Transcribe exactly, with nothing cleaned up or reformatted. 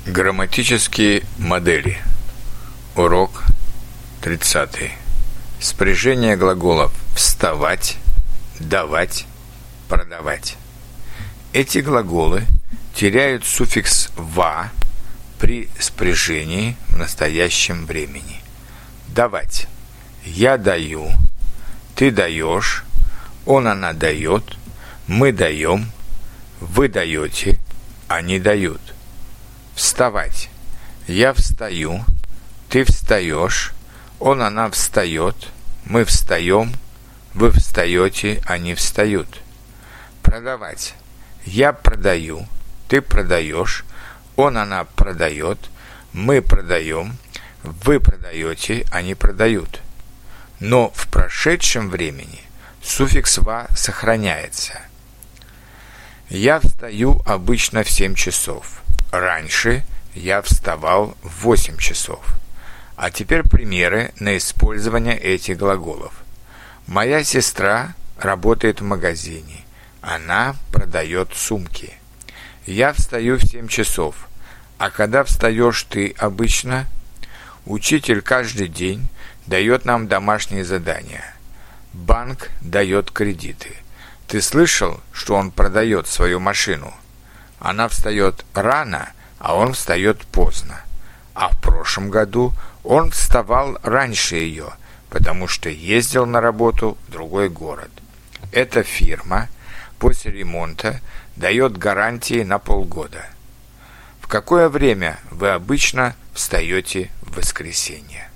Грамматические модели. Урок тридцатый. Спряжение глаголов «вставать», «давать», «продавать». Эти глаголы теряют суффикс «ва» при спряжении в настоящем времени. Давать. Я даю, ты даешь, он, она дает, мы даем, вы даете, они дают. Вставать. Я встаю, ты встаешь, он, она встает, мы встаем, вы встаете, они встают. Продавать. Я продаю, ты продаешь, он, она продает, мы продаем, вы продаете, они продают. Но в прошедшем времени суффикс «ва» сохраняется. Я встаю обычно в семь часов. Раньше я вставал в восемь часов. А теперь примеры на использование этих глаголов. Моя сестра работает в магазине. Она продает сумки. Я встаю в семь часов. А когда встаешь ты обычно? Учитель каждый день дает нам домашние задания. Банк дает кредиты. Ты слышал, что он продает свою машину? Она встает рано, а он встает поздно. А в прошлом году он вставал раньше ее, потому что ездил на работу в другой город. Эта фирма после ремонта дает гарантии на полгода. В какое время вы обычно встаете в воскресенье?